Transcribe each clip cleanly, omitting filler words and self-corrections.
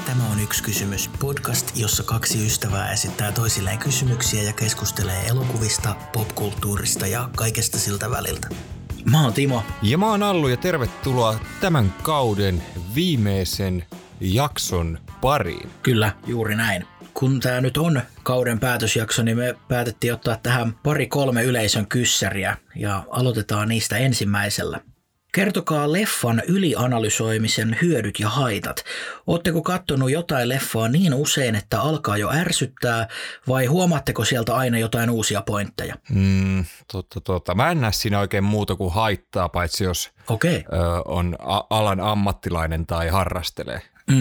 Tämä on Yksi kysymys, podcast, jossa kaksi ystävää esittää toisilleen kysymyksiä ja keskustelee elokuvista, popkulttuurista ja kaikesta siltä väliltä. Mä oon Timo. Ja mä oon Allu ja tervetuloa tämän kauden viimeisen jakson pariin. Kyllä, juuri näin. Kun tää nyt on kauden päätösjakso, niin me päätettiin ottaa tähän 2-3 yleisön kyssäriä ja aloitetaan niistä ensimmäisellä. Kertokaa leffan ylianalysoimisen hyödyt ja haitat. Ootteko kattonut jotain leffaa niin usein, että alkaa jo ärsyttää, vai huomaatteko sieltä aina jotain uusia pointteja? Mä en näe siinä oikein muuta kuin haittaa, paitsi jos on alan ammattilainen tai harrastelee.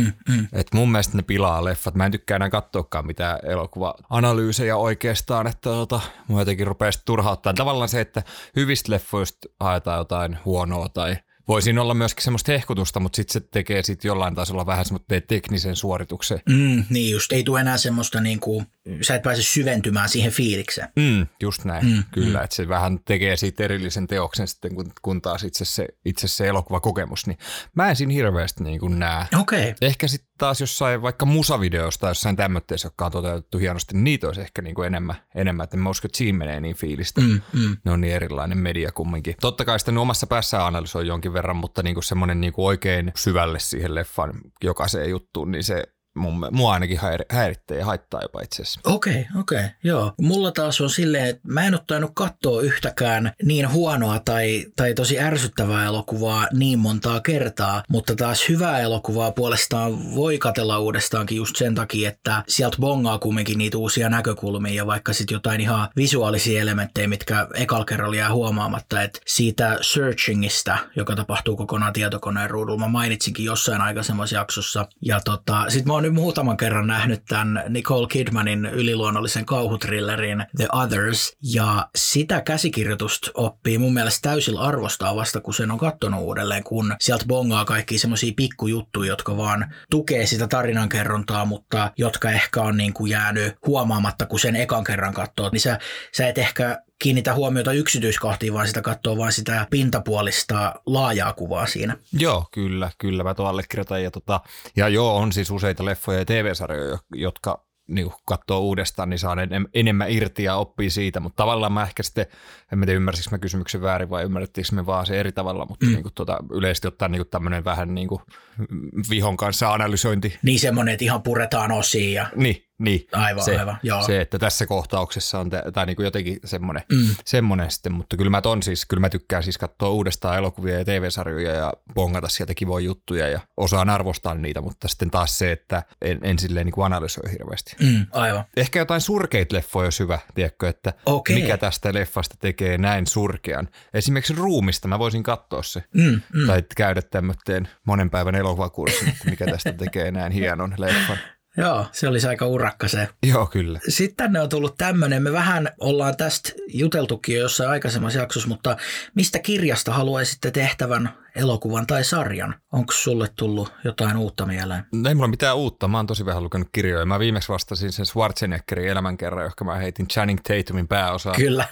Et mun mielestä ne pilaa leffat. Mä en tykkää enää katsoakaan mitään elokuva-analyysejä oikeastaan, että mua jotenkin rupeaa turhauttaa. Tavallaan se, että hyvistä leffoista haetaan jotain huonoa tai voi siinä olla myöskin semmoista hehkutusta, mutta sitten se tekee sitten jollain tasolla vähän semmoista teknisen suorituksen. Niin just, ei tule enää semmoista niinku, sä et pääse syventymään siihen fiilikseen. Just näin, kyllä, että se vähän tekee siitä erillisen teoksen sitten, kun taas itse se elokuvakokemus, niin mä en siinä hirveästi niin kuin näe. Ehkä sitten taas jossain vaikka musavideosta tai jossain tämmöitteessä, jotka on toteutettu hienosti, niin niitä olisi ehkä niin kuin enemmän, että en mä usko, että siinä menee niin fiilistä. Ne on niin erilainen media kumminkin. Totta kai sitä omassa päässään analysoi jonkin verran, mutta niin kuin semmoinen niin kuin oikein syvälle siihen leffan jokaiseen juttuun, niin se mua ainakin häiritsee ja haittaa jopa itse asiassa. Okei, joo. Mulla taas on silleen, että mä en ole tainnut katsoa yhtäkään niin huonoa tai tosi ärsyttävää elokuvaa niin montaa kertaa, mutta taas hyvää elokuvaa puolestaan voi katsella uudestaankin just sen takia, että sieltä bongaa kumminkin niitä uusia näkökulmia ja vaikka sitten jotain ihan visuaalisia elementtejä, mitkä ekalla kerralla jää huomaamatta, että siitä searchingista, joka tapahtuu kokonaan tietokoneen ruudulla, mä mainitsinkin jossain aikaisemmassa jaksossa ja sit mä oon nyt muutaman kerran nähnyt tämän Nicole Kidmanin yliluonnollisen kauhutrillerin The Others, ja sitä käsikirjoitusta oppii mun mielestä täysillä arvostaa vasta, kun sen on katsonut uudelleen, kun sieltä bongaa kaikkia semmosia pikkujuttuja, jotka vaan tukee sitä tarinankerrontaa, mutta jotka ehkä on niin kuin jäänyt huomaamatta, kun sen ekan kerran katsoo, niin sä et ehkä kiinnitä huomiota yksityiskohtiin, vaan sitä katsoo vaan sitä pintapuolista laajaa kuvaa siinä. Joo, kyllä mä tuon allekirjoitan. Ja joo, on siis useita leffoja ja TV-sarjoja, jotka niin katsoo uudestaan, niin saa enemmän irti ja oppii siitä, mutta tavallaan mä ehkä sitten, en tiedä ymmärsikö mä kysymyksen väärin vai ymmärrettiinkö me vaan se eri tavalla, mutta niin yleisesti ottaen niin tämmöinen vähän niin kuin vihon kanssa analysointi. Niin semmoinen, että ihan puretaan osiin ja Niin, aivan, joo. Se, että tässä kohtauksessa on tai niin kuin jotenkin semmoinen sitten, mutta kyllä mä tykkään siis katsoa uudestaan elokuvia ja TV-sarjoja ja bongata sieltä kivoja juttuja ja osaan arvostaa niitä, mutta sitten taas se, että en silleen niin kuin analysoi hirveästi. Aivan. Ehkä jotain surkeita leffoja olisi hyvä, tiedätkö, että mikä tästä leffasta tekee näin surkean. Esimerkiksi Ruumista mä voisin katsoa se tai käydä tämmöteen monen päivän elokuvakurssin, että mikä tästä tekee näin hienon leffan. Joo, se olisi aika urakka se. Joo, kyllä. Sitten tänne on tullut tämmöinen, me vähän ollaan tästä juteltukin jo jossain aikaisemmassa jaksossa, mutta mistä kirjasta haluaisitte tehtävän elokuvan tai sarjan? Onko sulle tullut jotain uutta mieleen? Ei mulla mitään uutta, mä oon tosi vähän lukenut kirjoja. Mä viimeksi vastasin sen Schwarzeneggerin elämänkerran, johon mä heitin Channing Tatumin pääosaa. Kyllä.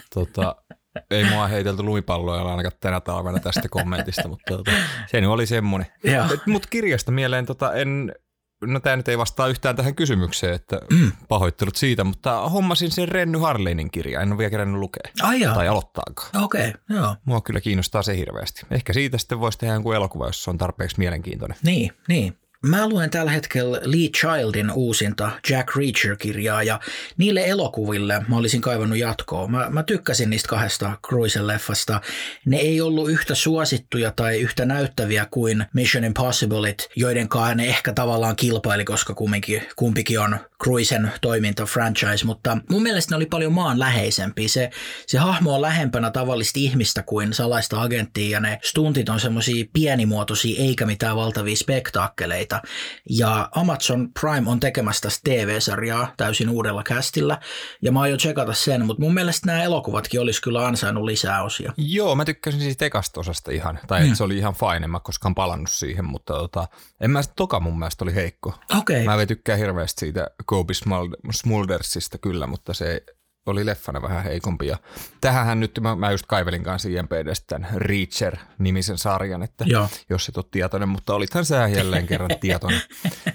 Ei mua heitelty lumipalloja ainakaan tänä talvena tästä kommentista, mutta se nyt oli semmoinen. Mutta kirjasta mieleen no tämä nyt ei vastaa yhtään tähän kysymykseen, että pahoittelut siitä, mutta hommasin sen Renny Harlinin kirja. En ole vielä kerännyt lukea. Tai aloittaakaan. Okei, joo. Mua kyllä kiinnostaa se hirveästi. Ehkä siitä sitten voisi tehdä jonkun elokuva, jos se on tarpeeksi mielenkiintoinen. Niin. Mä luen tällä hetkellä Lee Childin uusinta Jack Reacher-kirjaa ja niille elokuville mä olisin kaivannut jatkoa. Mä tykkäsin niistä 2 Cruisen-leffasta. Ne ei ollut yhtä suosittuja tai yhtä näyttäviä kuin Mission Impossiblet, joidenkaan ne ehkä tavallaan kilpaili, koska kumpikin on Cruisen toiminta franchise, mutta mun mielestä ne oli paljon maanläheisempiä. Se hahmo on lähempänä tavallista ihmistä kuin salaista agenttia ja ne stuntit on semmosia pienimuotoisia eikä mitään valtavia spektaakkeleita. Ja Amazon Prime on tekemässä tästä TV-sarjaa täysin uudella castilla ja mä aion tsekata sen, mutta mun mielestä nämä elokuvatkin olisi kyllä ansainnut lisää osia. Joo, mä tykkäsin siitä ekasta osasta ihan, tai se oli ihan fine, en mä koskaan palannut siihen, mutta en mä sitä toka mun mielestä oli heikko. Mä tykkään hirveästi siitä Kobe Smuldersista kyllä, mutta se oli leffana vähän heikompi. Ja tähänhän nyt mä just kaivelin kanssa IMDb:stä tämän Reacher-nimisen sarjan, että jos et ole tietoinen, mutta olithan sä jälleen kerran tietoinen.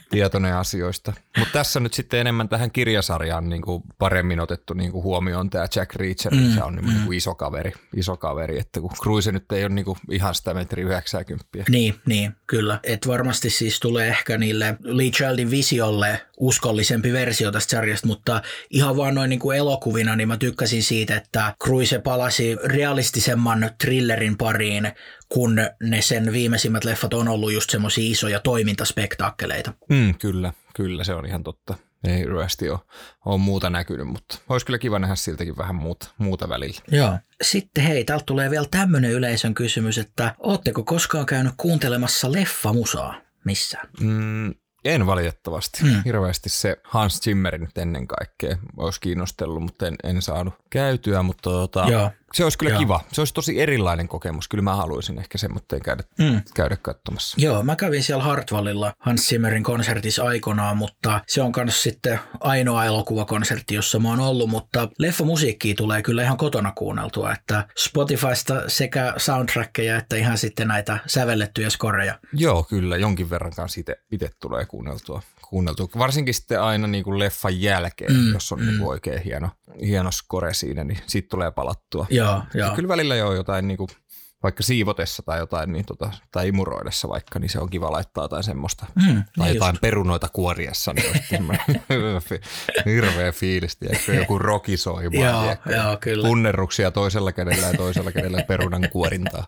tietoinen asioista. Mutta tässä nyt sitten enemmän tähän kirjasarjaan niin kuin paremmin otettu niin kuin huomioon tämä Jack Reacher, se on niin kuin iso kaveri, että kun Cruise nyt ei ole niin kuin ihan sitä metri 90. Niin, kyllä. Et varmasti siis tulee ehkä niille Lee Childin visiolle uskollisempi versio tästä sarjasta, mutta ihan vaan noin niin kuin elokuvina, niin mä tykkäsin siitä, että Cruise palasi realistisemman thrillerin pariin, kun ne sen viimeisimmät leffat on ollut just semmoisia isoja toimintaspektaakkeleita. Kyllä, se on ihan totta. Ei hirveästi ole muuta näkynyt, mutta olisi kyllä kiva nähdä siltäkin vähän muuta välillä. Joo. Sitten hei, täältä tulee vielä tämmöinen yleisön kysymys, että ootteko koskaan käynyt kuuntelemassa leffamusaa missään? En valitettavasti. Hirveästi se Hans Zimmer nyt ennen kaikkea olisi kiinnostellut, mutta en saanut käytyä, mutta se olisi kyllä kiva. Se olisi tosi erilainen kokemus. Kyllä mä haluaisin ehkä semmoitteen käydä katsomassa. Joo, mä kävin siellä Hartwallilla Hans Zimmerin konsertissa aikanaan, mutta se on myös sitten ainoa elokuvakonsertti, jossa mä oon ollut, mutta leffamusiikkia tulee kyllä ihan kotona kuunneltua, että Spotifysta sekä soundtrackeja että ihan sitten näitä sävellettyjä skoreja. Joo, kyllä, jonkin verran kanssa itse tulee kuunneltua. Varsinkin sitten aina niin kuin leffan jälkeen, jos on niin kuin oikein hieno skore siinä, niin siitä tulee palattua. Joo. Kyllä välillä jo jotain, niin kuin, vaikka siivotessa tai jotain, niin tai imuroidessa vaikka, niin se on kiva laittaa jotain semmoista. Tai jotain just perunoita kuoriessa, niin olisi hirveä fiilisti. Joku roki soimaan. Joo, kyllä. Punnerruksia toisella kädellä ja toisella kädellä perunan kuorintaa.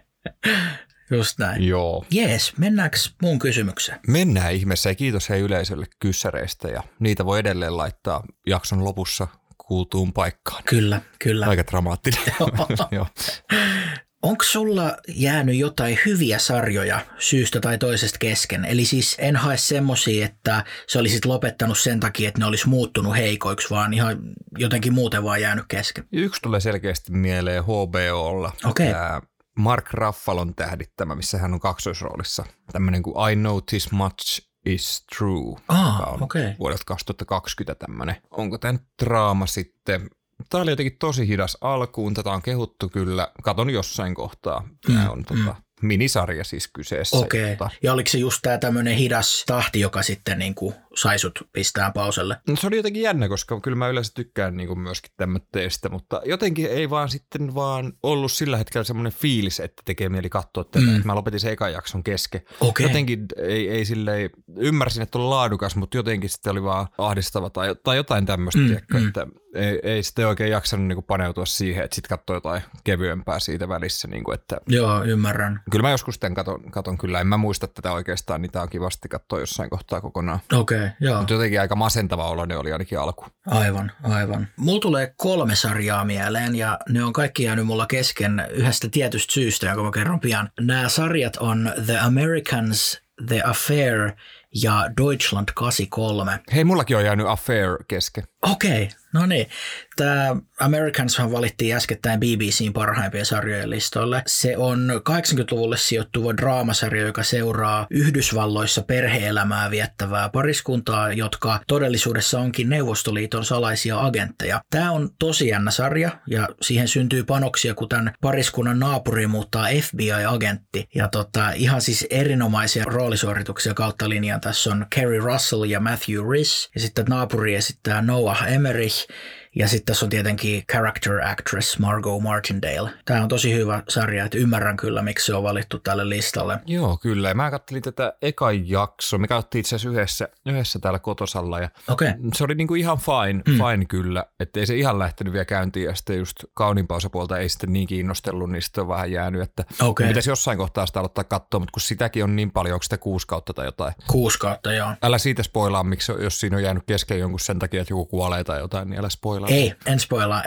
Just näin. Joo. Jees, mennäänkö mun kysymykseen? Mennään ihmeessä ja kiitos yleisölle kyssäreistä ja niitä voi edelleen laittaa jakson lopussa kuultuun paikkaan. Kyllä. Aika dramaattinen. Joo. Onko sulla jäänyt jotain hyviä sarjoja syystä tai toisesta kesken? Eli siis en hae semmosia, että sä olisit lopettanut sen takia, että ne olisi muuttunut heikoiksi, vaan ihan jotenkin muuten vaan jäänyt kesken. Yksi tulee selkeästi mieleen HBOlla. Okei. Mark Ruffalon tähdittämä, missä hän on kaksoisroolissa. Tämmöinen kuin I Know This Much Is True, joka on vuodelta 2020 tämmöinen. Onko tämä nyt draama sitten? Tämä oli jotenkin tosi hidas alkuun. Tätä on kehuttu kyllä. Katon jossain kohtaa. Tämä on minisarja siis kyseessä. Okei. Ja oliko se just tämä tämmöinen hidas tahti, joka sitten niin kuin sai sut pistää pauselle? No, se oli jotenkin jännä, koska kyllä mä yleensä tykkään niin kuin myöskin tämmöistä, mutta jotenkin ei vaan sitten vaan ollut sillä hetkellä semmoinen fiilis, että tekee mieli katsoa tätä. Mä lopetin se ekan jakson kesken. Jotenkin ei silleen, ymmärsin, että oli laadukas, mutta jotenkin sitten oli vaan ahdistava tai jotain tämmöistä, että ei sitten oikein jaksanut niin kuin paneutua siihen, että sitten katsoi jotain kevyempää siitä välissä. Niin kuin, että joo, ymmärrän. Kyllä mä joskus sitten katon kyllä, en mä muista tätä oikeastaan, niin tää on kivasti katsoa jossain kohtaa kokonaan. Okei, joo. Mutta jotenkin aika masentava olo ne oli ainakin alku. Aivan. Mulla tulee 3 sarjaa mieleen ja ne on kaikki jäänyt mulla kesken yhdestä tietystä syystä, jonka mä kerron pian. Nämä sarjat on The Americans, The Affair ja Deutschland 83. Hei, mullakin on jäänyt Affair kesken. Okei, no niin. Tämä Americanshan valittiin äskettäin BBC:n parhaimpien sarjojen listoille. Se on 80-luvulle sijoittuva draamasarja, joka seuraa Yhdysvalloissa perhe-elämää viettävää pariskuntaa, jotka todellisuudessa onkin Neuvostoliiton salaisia agentteja. Tämä on tosi jännä sarja ja siihen syntyy panoksia, kun tämän pariskunnan naapuri muuttaa FBI-agentti. Ja ihan siis erinomaisia roolisuorituksia kautta linjan. Tässä on Kerry Russell ja Matthew Rhys ja sitten naapuri esittää Noah Emmerich. Ja sitten tässä on tietenkin character actress Margot Martindale. Tämä on tosi hyvä sarja, että ymmärrän kyllä, miksi se on valittu tälle listalle. Joo, kyllä. Mä katselin tätä ekan jaksoa. Me katsottiin itse asiassa yhdessä täällä kotosalla. Ja se oli niinku ihan fine kyllä. Että ei se ihan lähtenyt vielä käyntiin. Ja sitten just kauniimpaa osapuolta ei sitten niin kiinnostellut, niin sitten on vähän jäänyt. Että pitäisi jossain kohtaa sitä aloittaa katsoa, mutta kun sitäkin on niin paljon, onko sitä 6 kautta tai jotain? 6 kautta, joo. Älä siitä spoilaa, miksi jos siinä on jäänyt kesken jonkun sen takia, että joku kuolee tai jotain, niin älä spoilaa. Ei, en spoilaa.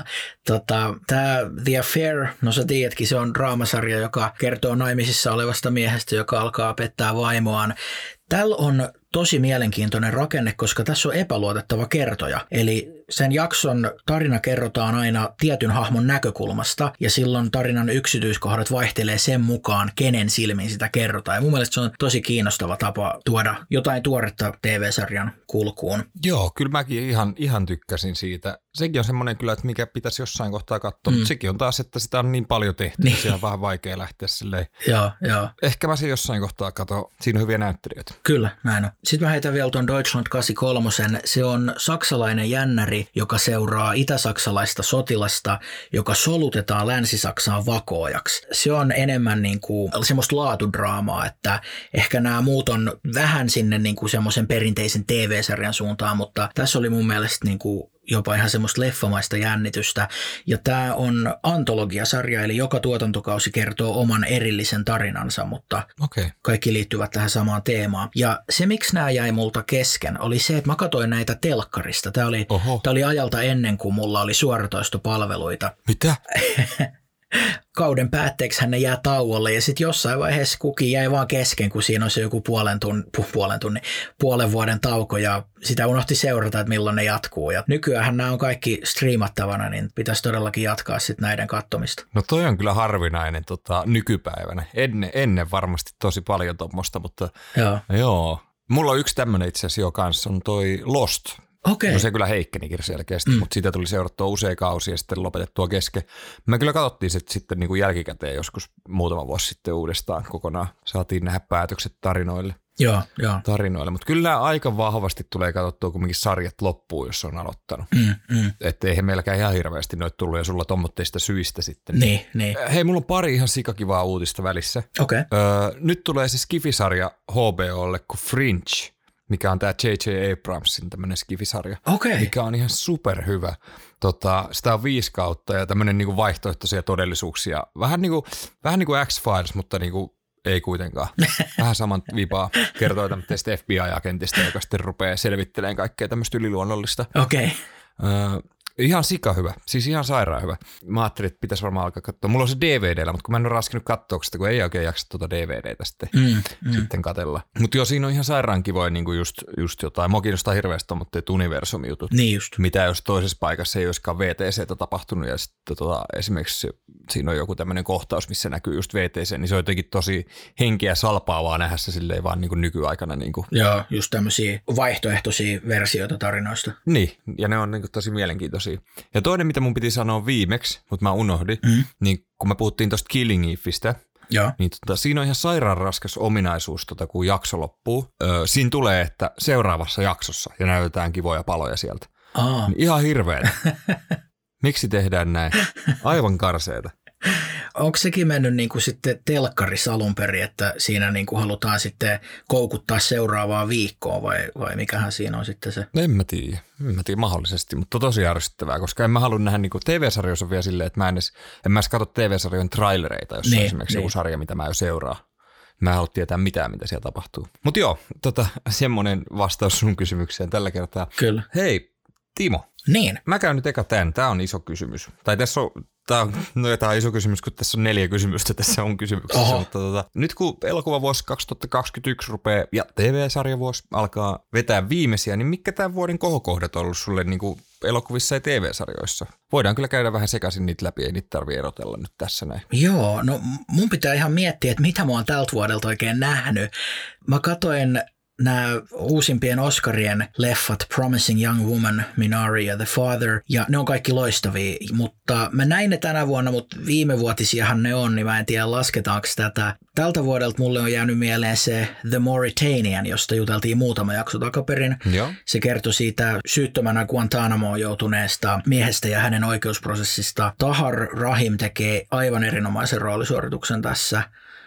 Tämä The Affair, no sä tiedätkin, se on draamasarja, joka kertoo naimisissa olevasta miehestä, joka alkaa pettää vaimoaan. Tällä on tosi mielenkiintoinen rakenne, koska tässä on epäluotettava kertoja. Eli sen jakson tarina kerrotaan aina tietyn hahmon näkökulmasta ja silloin tarinan yksityiskohdat vaihtelee sen mukaan, kenen silmin sitä kerrotaan. Ja mun mielestä se on tosi kiinnostava tapa tuoda jotain tuoretta TV-sarjan kulkuun. Joo, kyllä mäkin ihan tykkäsin siitä. sekin on semmoinen kyllä, että mikä pitäisi jossain kohtaa katsoa, mutta sekin on taas, että sitä on niin paljon tehty, niin siellä on vähän vaikea lähteä silleen. Joo. Ehkä mä sen jossain kohtaa katson, siinä on hyviä näyttelijöitä. Kyllä, näin on. Sitten mä heitän vielä tuon Deutschland 83, se on saksalainen jännäri, joka seuraa itä-saksalaista sotilasta, joka solutetaan Länsi-Saksaan vakoojaksi. Se on enemmän niin kuin semmoista laatudraamaa, että ehkä nämä muut on vähän sinne niin kuin semmoisen perinteisen TV-sarjan suuntaan, mutta tässä oli mun mielestä niin kuin jopa ihan semmoista leffamaista jännitystä. Ja tämä on antologiasarja, eli joka tuotantokausi kertoo oman erillisen tarinansa, mutta kaikki liittyvät tähän samaan teemaan. Ja se, miksi nämä jäi multa kesken, oli se, että mä katsoin näitä telkkarista. Tämä oli ajalta ennen kuin mulla oli suoratoistopalveluita. Mitä? Kauden päätteeksi hän ne jää tauolle ja sitten jossain vaiheessa kukin jäi vaan kesken, kun siinä on se joku puolen vuoden tauko ja sitä unohti seurata, että milloin ne jatkuu. Ja nykyäänhän nämä on kaikki striimattavana, niin pitäisi todellakin jatkaa sitten näiden katsomista. No toi on kyllä harvinainen nykypäivänä. Ennen varmasti tosi paljon tuommoista, mutta joo. Mulla on yksi tämmöinen itse asiassa jo kanssa, on toi Lost. Okay. No se kyllä heikkenikin selkeästi, mutta siitä tuli seurattua usea kausi ja sitten lopetettua kesken. Me kyllä katsottiin se sitten niin kuin jälkikäteen joskus muutama vuosi sitten uudestaan kokonaan. Saatiin nähdä päätökset tarinoille. Joo. Mutta kyllä aika vahvasti tulee katsottua kumminkin sarjat loppuun, jos on aloittanut. Että eihän meilläkään ihan hirveästi noita tullut ja sulla tommotteista syistä sitten. Niin. Hei, mulla on pari ihan sikakivaa uutista välissä. Okay. Nyt tulee se Skifi-sarja HBOlle kuin Fringe, mikä on tämä J.J. Abramsin tämmöinen skifisarja, mikä on ihan superhyvä. Sitä on 5 kautta ja tämmöinen niinku vaihtoehtoisia todellisuuksia. Vähän niin kuin X-Files, mutta niinku ei kuitenkaan. Vähän saman vipaa kertoo tämmöistä FBI-agentista, joka sitten rupeaa selvittelemään kaikkea tämmöistä yliluonnollista. Okei. Ihan sika hyvä, siis ihan sairaan hyvä. Mä ajattelin, että pitäisi varmaan alkaa katsoa. Mulla on se DVD:llä, mutta kun mä en ole raskinut katsoa sitä, kun ei oikein jaksa tuota DVD:tä sitten katsella. Mutta joo, siinä on ihan sairaan kivoja niin kuin just jotain. Mua kiinnostaa hirveästi tuommoitteet universum-jutut. Niin just. Mitä jos toisessa paikassa ei olisikaan VTC:tä tapahtunut ja sitten esimerkiksi siinä on joku tämmöinen kohtaus, missä näkyy just VTC, niin se on jotenkin tosi henkeä salpaavaa nähdä se silleen vaan niin kuin nykyaikana. Niin kuin. Joo, just tämmöisiä vaihtoehtoisia versioita tarinoista. Niin, ja ne on niin kuin tosi mielenkiintoisia. Ja toinen, mitä mun piti sanoa viimeksi, mutta mä unohdin, niin kun me puhuttiin tuosta Killing Eve'istä, niin siinä on ihan sairaan raskas ominaisuus, kun jakso loppuu. Siinä tulee, että seuraavassa jaksossa ja näytetään kivoja paloja sieltä. Niin ihan hirveetä. Miksi tehdään näin? Aivan karseeta. Onko sekin mennyt niin kuin sitten telkkarissa alun perin, että siinä niin kuin halutaan sitten koukuttaa seuraavaa viikkoa vai mikähän siinä on sitten se? En mä tiedä mahdollisesti, mutta tosi ärsyttävää, koska en mä halua nähdä niin kuin TV-sarjoissa on vielä silleen, että mä en edes katso TV-sarjojen trailereita, jos on esimerkiksi joku sarja, mitä mä jo seuraan. Mä en halua tietää mitään, mitä siellä tapahtuu. Mutta joo, semmoinen vastaus sun kysymykseen tällä kertaa. Kyllä. Hei, Timo. Niin. Mä käyn nyt eka tämän. Tää on iso kysymys. Tai tässä on, tää on iso kysymys, kun tässä on 4 kysymystä. Tässä on kysymyksessä. Mutta nyt kun elokuvavuosi 2021 rupeaa ja TV-sarjavuosi alkaa vetää viimeisiä, niin mitkä tämän vuoden kohokohdat on ollut sulle niin kuin elokuvissa ja TV-sarjoissa? Voidaan kyllä käydä vähän sekaisin niitä läpi, ei niitä tarvitse erotella nyt tässä näin. Joo, no mun pitää ihan miettiä, että mitä mä oon tältä vuodelta oikein nähnyt. Mä katoin nämä uusimpien Oscarien leffat Promising Young Woman, Minari ja The Father, ja ne on kaikki loistavia, mutta mä näin ne tänä vuonna, mutta viimevuotisiahan ne on, niin mä en tiedä lasketaanko tätä. Tältä vuodelta mulle on jäänyt mieleen se The Mauritanian, josta juteltiin muutama jakso takaperin. Joo. Se kertoi siitä syyttömänä Guantanamoon joutuneesta miehestä ja hänen oikeusprosessista. Tahar Rahim tekee aivan erinomaisen roolisuorituksen tässä,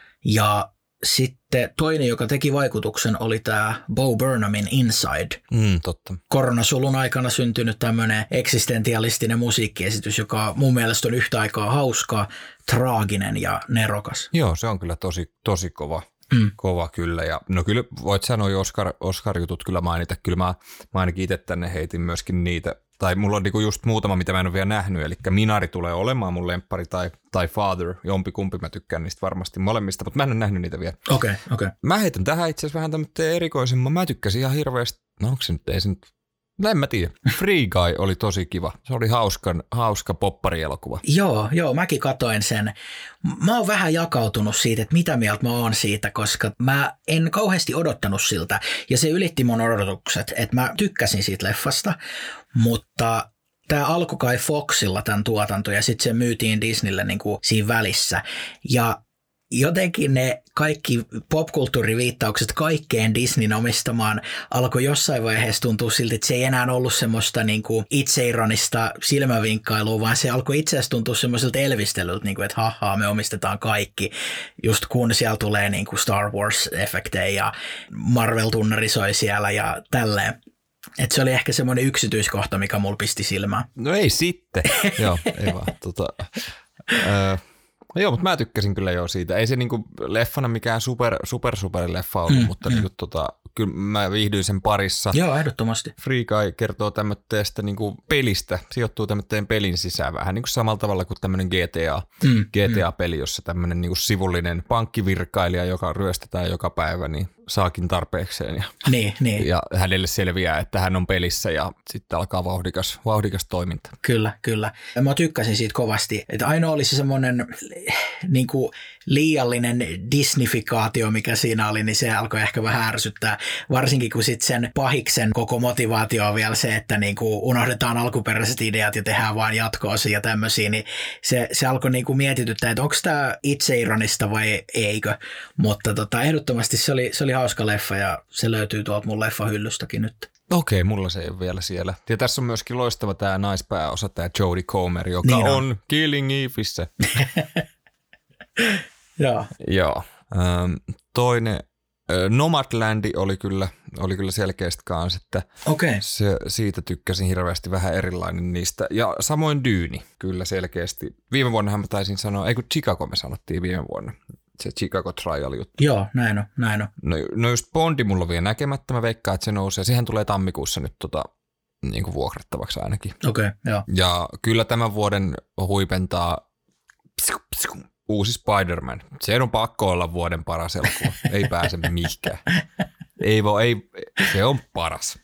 ja sitten toinen, joka teki vaikutuksen, oli tämä Bo Burnhamin Inside. Totta. Koronasulun aikana syntynyt tämmöinen eksistentialistinen musiikkiesitys, joka mun mielestä on yhtä aikaa hauska, traaginen ja nerokas. Joo, se on kyllä tosi kova. Kova kyllä. Ja no kyllä voit sanoa Oscar-jutut kyllä mainita. Kyllä mä ainakin itse tänne heitin myöskin niitä. Tai mulla on niinku just muutama, mitä mä en ole vielä nähnyt. Eli Minari tulee olemaan mun lemppari tai Father. Jompikumpi, mä tykkään niistä varmasti molemmista, mutta mä en ole nähnyt niitä vielä. Okei. Mä heitän tähän itse asiassa vähän tämmöinen erikoisemman. Mä tykkäsin ihan hirveästi. No onko se nyt, ei se nyt. No en mä tiedä. Free Guy oli tosi kiva. Se oli hauska popparielokuva. Joo, mäkin katoin sen. Mä oon vähän jakautunut siitä, että mitä mieltä mä oon siitä, koska mä en kauheasti odottanut siltä. Ja se ylitti mun odotukset, että mä tykkäsin siitä leffasta, mutta Tämä alkoi kai Foxilla tämän tuotanto ja sitten se myytiin Disneylle niin kuin siinä välissä. Ja jotenkin ne kaikki popkulttuuriviittaukset kaikkeen Disneyn omistamaan alkoi jossain vaiheessa tuntua siltä, että se ei enää ollut semmoista niin kuin itseironista silmävinkkailua, vaan se alkoi itse asiassa tuntua semmoiselta elvistelyltä, niin kuin, että haha, me omistetaan kaikki, just kun siellä tulee niin kuin Star Wars-efektejä ja Marvel-tunnari soi siellä ja tälleen. Että se oli ehkä semmoinen yksityiskohta, mikä mulla pisti silmään. No ei sitten. Joo, ei vaan. Joo, mutta mä tykkäsin kyllä jo siitä. Ei se niinku leffana mikään super leffa ollut, mutta niinku kyllä mä viihdyin sen parissa. Joo, ehdottomasti. Free Guy kertoo tämmöistä niinku pelistä, sijoittuu tämmöiseen pelin sisään vähän niin kuin samalla tavalla kuin tämmöinen GTA-peli, jossa tämmöinen niinku sivullinen pankkivirkailija, joka ryöstetään joka päivä, niin saakin tarpeekseen. Ja, niin. Ja hänelle selviää, että hän on pelissä ja sitten alkaa vauhdikas toiminta. Kyllä. Mä tykkäsin siitä kovasti. Että ainoa oli se semmoinen niin kuin liiallinen disneyfikaatio, mikä siinä oli, niin se alkoi ehkä vähän ärsyttää. Varsinkin kun sitten sen pahiksen koko motivaatio on vielä se, että niin kuin unohdetaan alkuperäiset ideat ja tehdään vaan jatko-osia ja tämmöisiä, niin se alkoi niin kuin mietityttää, että onko tämä itseironista vai eikö. Mutta ehdottomasti se oli hauska leffa ja se löytyy tuolta mun leffahyllystäkin nyt. Okei, mulla se ei ole vielä siellä. Ja tässä on myöskin loistava tämä naispääosa, tämä Jodie Comer, joka niin on Killing Eve'issä. Joo. Toinen Nomadland oli kyllä selkeästi kanssa, että siitä tykkäsin hirveästi, vähän erilainen niistä. Ja samoin Dyyni, kyllä selkeästi. Viime vuonnahan mä taisin sanoa, ei kun Chicago me sanottiin viime vuonna. Se Chicago Trial-juttu. Joo, näin on. No just Bondi mulla on vielä näkemättä, mä veikkaan, että se nousee. Siihen tulee tammikuussa nyt niin kuin vuokrattavaksi ainakin. Okei, joo. Ja kyllä tämän vuoden huipentaa uusi Spider-Man. Se on pakko olla vuoden paras elokuva. Ei pääse mihinkään. Ei, se on paras.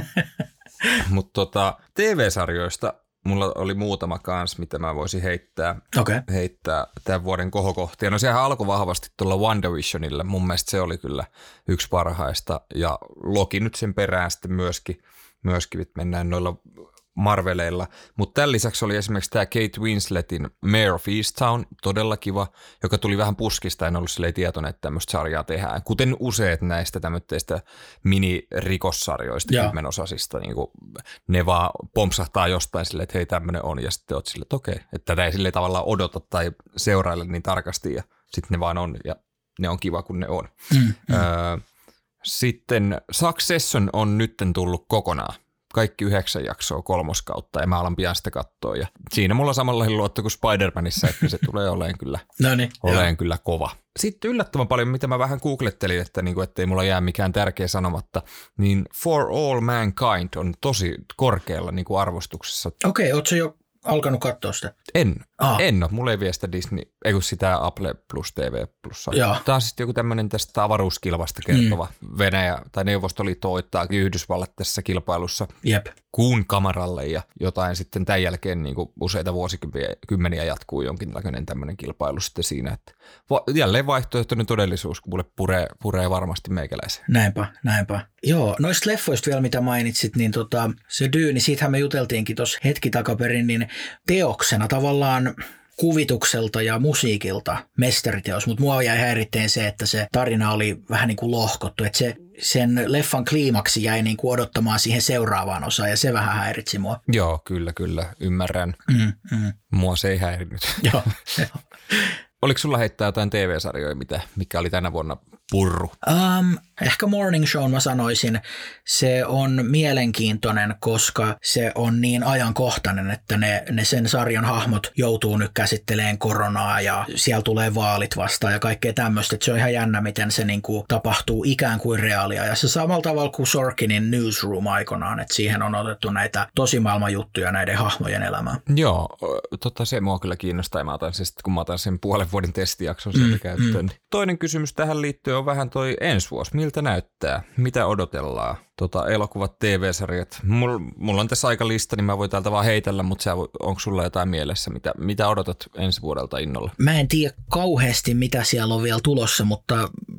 Mutta TV-sarjoista mulla oli muutama kans, mitä mä voisin heittää tämän vuoden kohokohtia. No sehän alkoi vahvasti tuolla WandaVisionilla. Mun mielestä se oli kyllä yksi parhaista. Ja Loki nyt sen perään sitten myöskin mennään noilla Marveleilla. Mutta tämän lisäksi oli esimerkiksi tämä Kate Winsletin Mare of Easttown, todella kiva, joka tuli vähän puskista. En ollut silleen tietoinen, että tämmöistä sarjaa tehdään. Kuten useat näistä tämmöistä mini-rikossarjoista, 10-osasista, niin ne vaan pompsahtaa jostain silleen, että hei tämmöinen on. Ja sitten oot silleen, että okei, että tätä ei silleen tavallaan odota tai seuraile niin tarkasti. Ja sitten ne vaan on ja ne on kiva, kun ne on. Sitten Succession on nytten tullut kokonaan. Kaikki 9 jaksoa 3. kautta ja mä alan pian sitä katsoa. Ja siinä mulla on samanlainen luotto kuin Spider-Manissa, että se tulee olemaan kyllä kova. Sitten yllättävän paljon, mitä mä vähän googlettelin, että ettei mulla jää mikään tärkeä sanomatta, niin For All Mankind on tosi korkealla arvostuksessa. Okei, ootko jo alkanut katsoa sitä? En ole. Mulla ei vie sitä Disney, ei kun sitä Apple Plus TV Plus. Tämä on sitten joku tämmöinen tästä avaruuskilvasta kertova. Venäjä tai Neuvostoliitto voittaakin Yhdysvallat tässä kilpailussa. Jep. Kuun kamaralle ja jotain sitten tämän jälkeen useita vuosikymmeniä jatkuu jonkinlainen tämmöinen kilpailu sitten siinä. Että jälleen vaihtoehtoinen todellisuus, kun mulle puree varmasti meikäläisen. Näinpä. Joo, noista leffoista vielä mitä mainitsit, niin se Dyyni, siitähän me juteltiinkin tuossa hetki takaperin, niin teoksena tavallaan kuvitukselta ja musiikilta mestariteos, mutta mua jäi häiritteen se, että se tarina oli vähän niin kuin lohkottu, että sen leffan kliimaksi jäi niin kuin odottamaan siihen seuraavaan osaan ja se vähän häiritsi mua. Joo, kyllä, ymmärrän. Mua se ei häirinyt. Joo. Oliko sulla heittää jotain TV-sarjoja, mikä oli tänä vuonna purru? Ehkä Morning Show mä sanoisin. Se on mielenkiintoinen, koska se on niin ajankohtainen, että ne sen sarjan hahmot joutuu nyt käsittelemään koronaa ja siellä tulee vaalit vastaan ja kaikkea tämmöistä. Se on ihan jännä, miten se niinku tapahtuu ikään kuin reaaliajassa. Samalla tavalla kuin Sorkinin Newsroom aikanaan, että siihen on otettu näitä tosimaailman juttuja näiden hahmojen elämään. Joo, se mua kyllä kiinnostaa. Mä otan sen sitten, kun mä otan sen puolen vuoden testijakson sieltä käyttöön. Toinen kysymys tähän liittyen on vähän toi ensi vuosi. Miltä näyttää? Mitä odotellaan? Elokuvat, TV-sarjat. Mulla on tässä aikalista, niin mä voin täältä vaan heitellä, mutta onko sulla jotain mielessä? Mitä odotat ensi vuodelta innolla? Mä en tiedä kauheasti, mitä siellä on vielä tulossa, mutta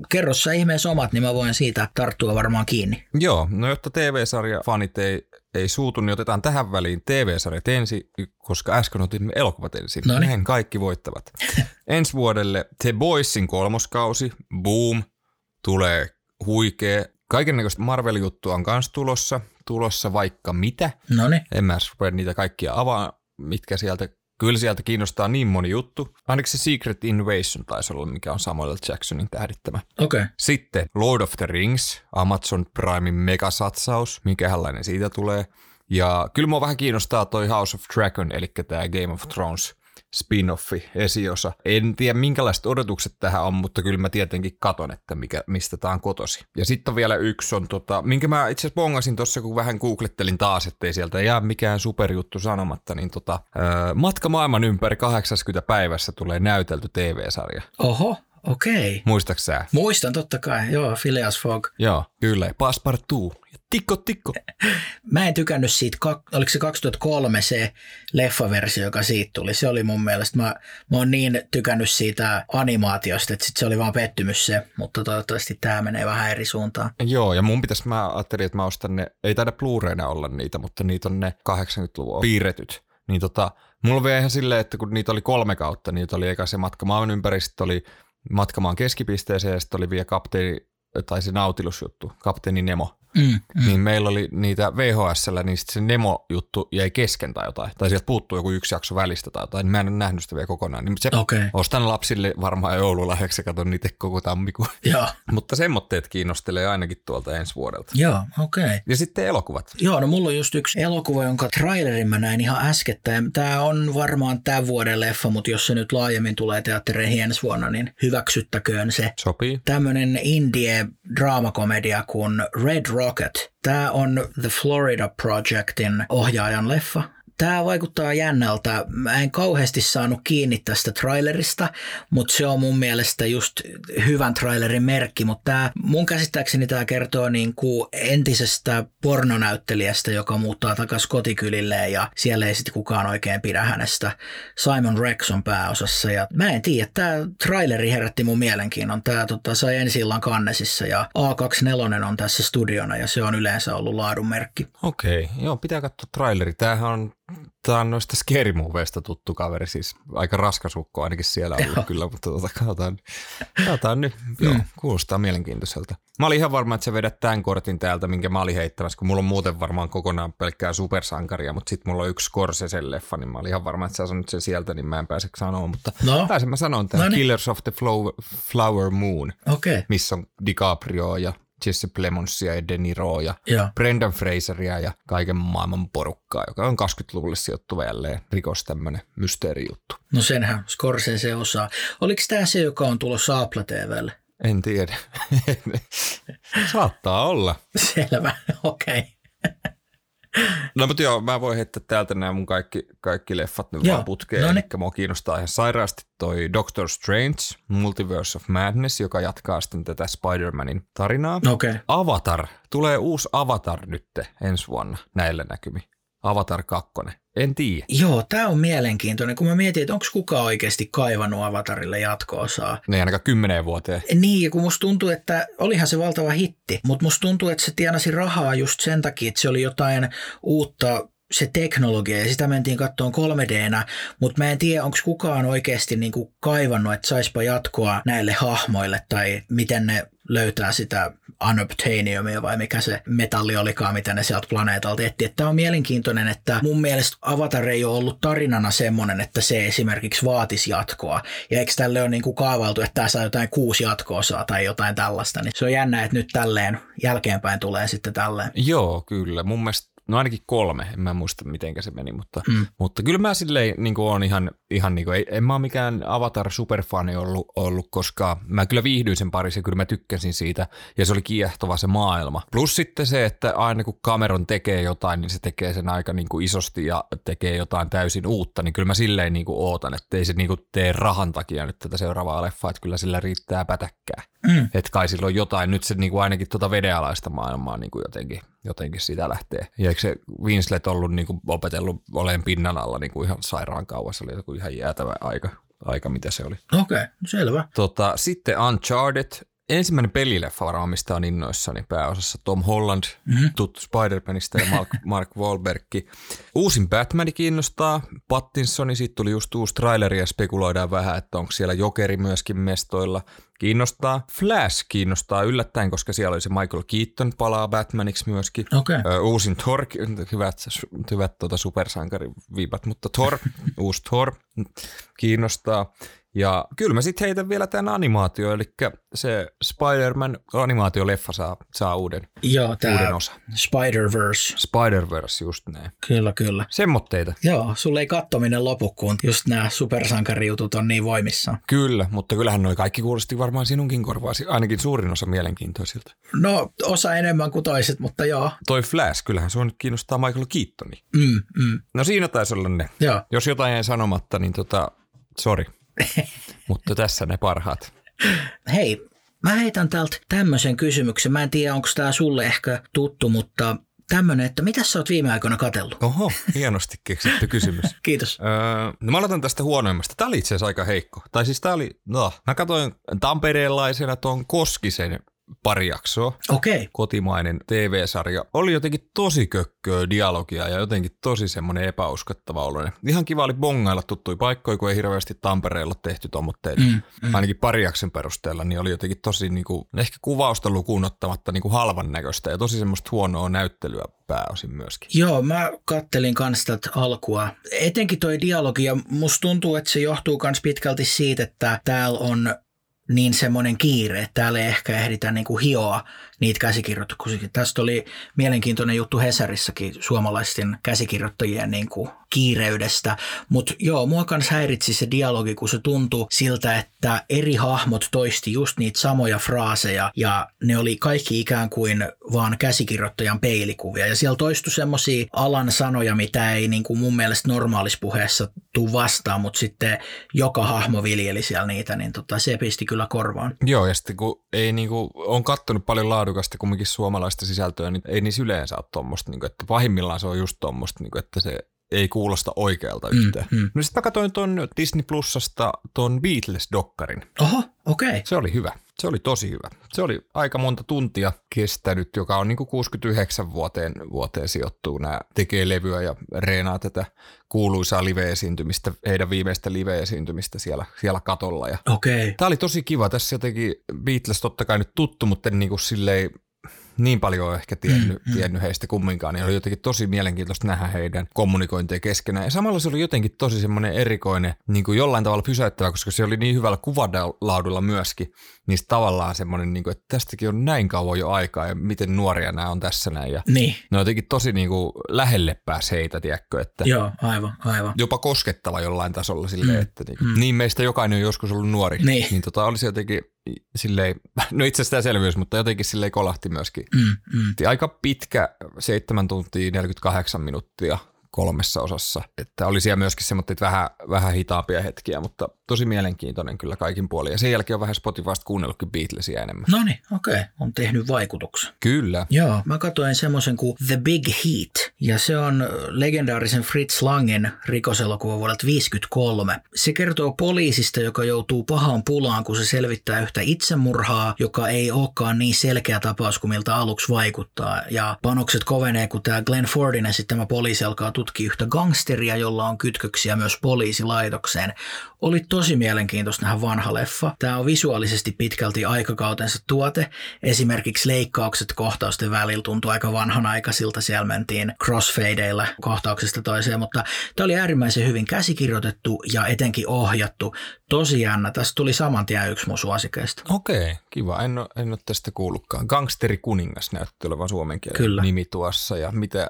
kerro sä ihmeessä omat, niin mä voin siitä tarttua varmaan kiinni. Joo, no jotta TV-sarjafanit ei suutu, niin otetaan tähän väliin TV-sarjat ensin, koska äsken otimme elokuvat ensin. Näin kaikki voittavat. Ensi vuodelle The Boysin 3. kausi, boom, tulee huikea. Kaikennäköistä Marvel-juttua on kanssa tulossa vaikka mitä. Noniin. En mä rupea niitä kaikkia avaa, mitkä sieltä, kyllä sieltä kiinnostaa niin moni juttu. Ainakin se Secret Invasion taisi olla, mikä on Samuel Jacksonin tähdittämä. Okay. Sitten Lord of the Rings, Amazon Primein megasatsaus, minkälainen siitä tulee. Ja kyllä mua vähän kiinnostaa toi House of Dragon, eli tämä Game of Thrones spin-offi, esiosa. En tiedä minkälaiset odotukset tähän on, mutta kyllä mä tietenkin katon, että mistä tää on kotosi. Ja sitten vielä yksi on, minkä mä itse asiassa bongasin tuossa, kun vähän googlettelin taas, ettei sieltä jää mikään superjuttu sanomatta, niin Matka maailman ympäri 80 päivässä tulee näytelty TV-sarja. Oho. Okei. Muistatko sä? Muistan totta kai, joo, Phileas Fogg. Joo, kyllä. Passepartout. Tikko. Mä en tykännyt siitä, oliko se 2003 se leffaversio, joka siitä tuli. Se oli mun mielestä, mä oon niin tykännyt siitä animaatiosta, että sit se oli vaan pettymys se, mutta toivottavasti tää menee vähän eri suuntaan. Joo, ja mä ajattelin, että mä ostan ne, ei taida Blu-rayna olla niitä, mutta niitä on ne 80-luvun piirretyt. Niin mulla oli ihan silleen, että kun niitä oli 3 kautta, niitä oli eka se Matka maan ympäri, sitten oli Matka maan keskipisteeseen ja sitten oli vielä se Nautilus-juttu, Kapteeni Nemo. Niin meillä oli niitä VHS:llä, niin sitten se Nemo-juttu jäi kesken tai jotain. Tai sieltä puuttuu joku 1 jakso välistä tai jotain. Niin mä en ole nähnyt sitä vielä kokonaan. Niin ostan lapsille varmaan joululahjaksi ja katon niitä koko tammikuun. Mutta semmoitteet kiinnostelee ainakin tuolta ensi vuodelta. Joo, okei. Ja sitten elokuvat. Joo, no mulla on just yksi elokuva, jonka trailerin mä näin ihan äskettäin. Tää on varmaan tämän vuoden leffa, mutta jos se nyt laajemmin tulee teattereihin ensi vuonna, niin hyväksyttäköön se. Sopii. Tämmönen indie-draamakomedia kuin Red Rocket. Tämä on The Florida Projectin ohjaajan leffa. Tämä vaikuttaa jännältä. Mä en kauheasti saanut kiinni tästä trailerista, mutta se on mun mielestä just hyvän trailerin merkki. Mutta mun käsittääkseni tämä kertoo niinku entisestä pornonäyttelijästä, joka muuttaa takaisin kotikylilleen ja siellä ei sitten kukaan oikein pidä hänestä. Simon Rex on pääosassa ja mä en tiedä, tämä traileri herätti mun mielenkiinnon. Tämä sai ensi-illan Cannesissa ja A24 on tässä studiona ja se on yleensä ollut laadun merkki. Okei, joo, pitää katsoa traileri. Tämä on noista scary moveista tuttu kaveri, siis aika raskas ukko ainakin siellä ollut kyllä, mutta katsotaan nyt. Joo, kuulostaa mielenkiintoiselta. Mä olin ihan varma, että sä vedät tämän kortin täältä, minkä mä olin heittämässä, kun mulla on muuten varmaan kokonaan pelkkää supersankaria, mutta sitten mulla on yksi Scorsesen leffa, niin mä olin ihan varma, että sä sanot sen sieltä, niin mä en pääse sanoa, mutta pääsen mä sanon tämän Killers of the Flower Moon, missä on DiCaprio ja Jesse Plemonsia ja De Niroa ja Brendan Fraseria ja kaiken maailman porukkaa, joka on 20-luvulle sijoittuva jälleen rikos tämmöinen mysteerijuttu. No senhän Scorsese osaa. Oliko tämä se, joka on tulossa Apple TV:lle? En tiedä. Saattaa olla. Selvä, okei. No mutta joo, mä voin heittää täältä nämä mun kaikki leffat nyt vaan putkeen. Eli mua kiinnostaa ihan sairaasti toi Doctor Strange, Multiverse of Madness, joka jatkaa sitten tätä Spider-Manin tarinaa. Avatar, tulee uusi Avatar nyt ensi vuonna näillä näkymin. Avatar 2. En tiedä. Joo, tää on mielenkiintoinen, kun mä mietin, että onko kukaan oikeasti kaivannut Avatarille jatko-osaa. Ne ainakaan 10 vuoteen. Niin, kun musta tuntuu, että olihan se valtava hitti, mutta musta tuntuu, että se tienasi rahaa just sen takia, että se oli jotain uutta, se teknologia, ja sitä mentiin kattoon 3D:nä, mutta mä en tiedä, onko kukaan oikeasti niinku kaivannut, että saispa jatkoa näille hahmoille, tai miten ne löytää sitä unobtainiumia vai mikä se metalli olikaan, mitä ne sieltä planeetalta etti. Tämä on mielenkiintoinen, että mun mielestä Avatar ei ole ollut tarinana semmoinen, että se esimerkiksi vaatisi jatkoa. Ja eikö tälle ole niin kuin kaavailtu, että tämä saa jotain 6 jatko-osaa tai jotain tällaista. Niin se on jännä, että nyt tälleen jälkeenpäin tulee sitten tälleen. Joo, kyllä. Mun mielestä ainakin 3, en mä muista mitenkä se meni, mutta kyllä mä silleen niin kuin on ihan niin kuin, en mä ole mikään Avatar-superfani ollut, koska mä kyllä viihdyin sen parissa ja kyllä mä tykkäsin siitä ja se oli kiehtova se maailma. Plus sitten se, että aina kun Cameron tekee jotain, niin se tekee sen aika niin kuin isosti ja tekee jotain täysin uutta, niin kyllä mä silleen niin kuin ootan, että ei se niin kuin tee rahan takia nyt tätä seuraavaa leffaa, että kyllä sillä riittää pätäkkää. Että kai sillä on jotain, nyt se niin kuin ainakin vedenalaista maailmaa niin kuin jotenkin sitä lähtee. Ja eikö se Winslet ollut niin kuin opetellut olemaan pinnan alla niin kuin ihan sairaan kauan, se oli joku ihan jäätävä aika mitä se oli. Okei, selvä. Sitten Uncharted, ensimmäinen pelileffa varmaan, mistä on innoissani pääosassa Tom Holland, tuttu Spider-Manista ja Mark Wahlberg. Uusin Batman kiinnostaa, Pattinsoni, siitä tuli just uusi traileri ja spekuloidaan vähän, että onko siellä Jokeri myöskin mestoilla. Kiinnostaa. Flash kiinnostaa yllättäen, koska siellä oli se Michael Keaton palaa Batmaniksi myöskin. Okay. Uusin Thor, hyvät supersankariviipat, mutta uusi Thor kiinnostaa. Ja kyllä mä sitten heitän vielä tämän animaatio, eli se Spider-Man animaatioleffa saa uuden osa. Spider-Verse, just näin. Kyllä. Semmoitteita. Joo, sulle ei kattominen lopu, kun just nämä supersankarijutut on niin voimissaan. Kyllä, mutta kyllähän noi kaikki kuulosti varmaan sinunkin korvaasi, ainakin suurin osa mielenkiintoisilta. No, osa enemmän kuin toiset, mutta joo. Toi Flash, kyllähän sua nyt kiinnostaa Michael Keatoni. No siinä taisi olla ne. Joo. Jos jotain ei sanomatta, niin sori. Mutta tässä ne parhaat. Hei, mä heitän täältä tämmöisen kysymyksen. Mä en tiedä, onko tää sulle ehkä tuttu, mutta tämmönen, että mitä sä oot viime aikoina katsellut? Oho, hienosti keksitty kysymys. Kiitos. No mä aloitan tästä huonoimmasta. Tää oli itse asiassa aika heikko. Tai siis tää oli, mä katsoin tampereenlaisena tuon Koskisen pari jaksoa. Okei. Kotimainen TV-sarja. Oli jotenkin tosi kökköä dialogia ja jotenkin tosi semmoinen epäuskottava oloinen. Ihan kiva oli bongailla tuttuja paikkoja, kun ei hirveästi Tampereella tehty tommotteita. Ainakin pari jakson perusteella, niin oli jotenkin tosi niinku, ehkä kuvausta lukuun ottamatta niinku halvan näköistä ja tosi semmoista huonoa näyttelyä pääosin myöskin. Joo, mä kattelin kans tätä alkua. Etenkin toi dialogi ja musta tuntuu, että se johtuu kans pitkälti siitä, että täällä on niin semmoinen kiire, että täällä ei ehkä ehditä niinku hioa niitä käsikirjoituksia. Tästä oli mielenkiintoinen juttu Hesarissakin suomalaisten käsikirjoittajien niinku kiireydestä. Mutta joo, mua kans häiritsi se dialogi, kun se tuntui siltä, että eri hahmot toisti just niitä samoja fraaseja ja ne oli kaikki ikään kuin vaan käsikirjoittajan peilikuvia. Ja siellä toistui semmoisia alan sanoja, mitä ei niinku mun mielestä normaalissa puheessa tuu vastaan, mutta sitten joka hahmo viljeli siellä niitä, niin se pisti kyllä korvaan. Joo, ja sitten kun ei niinku, on kattonut paljon laadukasta kumminkin suomalaista sisältöä, niin ei niissä yleensä ole tommoista, niinku, että pahimmillaan se on just tommoista, niinku, että se ei kuulosta oikealta yhtään. No sitten mä katsoin ton Disney Plusasta ton Beatles-dokkarin. Oho, okei. Okay. Se oli hyvä. Se oli tosi hyvä. Se oli aika monta tuntia kestänyt, joka on niinku 69 vuoteen sijoittuu. Nämä tekee levyä ja reenaa tätä kuuluisaa live-esiintymistä, heidän viimeistä live-esiintymistä siellä katolla. Ja okei. Tää oli tosi kiva. Tässä jotenkin Beatles totta kai nyt tuttu, mutta en niinku silleen niin paljon on ehkä tiennyt heistä kumminkaan, niin oli jotenkin tosi mielenkiintoista nähdä heidän kommunikointia keskenään. Ja samalla se oli jotenkin tosi semmoinen erikoinen, niin kuin jollain tavalla pysäyttävä, koska se oli niin hyvällä kuvalaudulla myöskin, niin tavallaan semmoinen, niin kuin, että tästäkin on näin kauan jo aikaa ja miten nuoria nämä on tässä näin. Ja niin. Ne jotenkin tosi niin kuin lähelle pääsi heitä, tiedätkö, että joo, aivan. Jopa koskettava jollain tasolla silleen, että niin meistä jokainen on joskus ollut nuori. Niin oli se jotenkin silleen, no itse asiassa tämä selvyys, mutta jotenkin silleen kolahti myöskin. Aika pitkä, 7 tuntia 48 minuuttia 3 osassa. Että oli siellä myöskin semmoinen vähän hitaampia hetkiä, mutta tosi mielenkiintoinen kyllä kaikin puolin. Ja sen jälkeen on vähän Spotifysta kuunnellutkin Beatlesia enemmän. Noniin, okei. On tehnyt vaikutuksen. Kyllä. Joo, mä katsoin semmoisen kuin The Big Heat. Ja se on legendaarisen Fritz Langen rikoselokuva vuodelta 1953. Se kertoo poliisista, joka joutuu pahaan pulaan, kun se selvittää yhtä itsemurhaa, joka ei olekaan niin selkeä tapaus kuin miltä aluksi vaikuttaa. Ja panokset kovenee, kun tämä Glenn Fordin esittämä poliisi alkaa tutkia yhtä gangsteria, jolla on kytköksiä myös poliisilaitokseen. Oli tosi mielenkiintoista nähdä vanha leffa. Tämä on visuaalisesti pitkälti aikakautensa tuote. Esimerkiksi leikkaukset kohtausten välillä tuntui aika vanhanaikaisilta. Siellä mentiin crossfadeilla kohtauksesta toiseen, mutta tämä oli äärimmäisen hyvin käsikirjoitettu ja etenkin ohjattu. Tosi jännä. Tästä tuli saman tien yksi mun suosikeista. Okei, kiva. En ole tästä kuullutkaan. Gangsteri kuningas näytti olevan suomenkielinen nimi tuossa. Ja mitä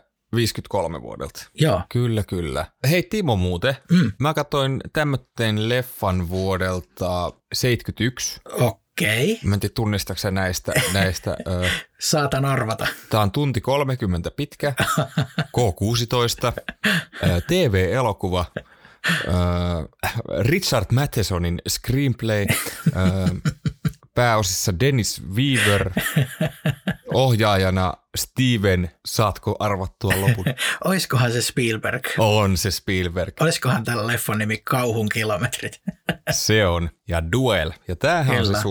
53 vuodelta. Joo. Kyllä. Hei Timo muuten, mä katsoin tämmöten leffan vuodelta 71. Okei. Mä en tiedä tunnistatko näistä. Saatan arvata. Tää on 1 tunti 30 pitkä, K16, TV-elokuva, Richard Mathesonin screenplay, pääosissa Dennis Weaver, ohjaajana Steven, saatko arvattua lopun? Oiskohan se Spielberg? On se Spielberg. Oiskohan tällä leffan nimi Kauhun kilometrit? Se on. Ja Duel. Ja tämähän on se sun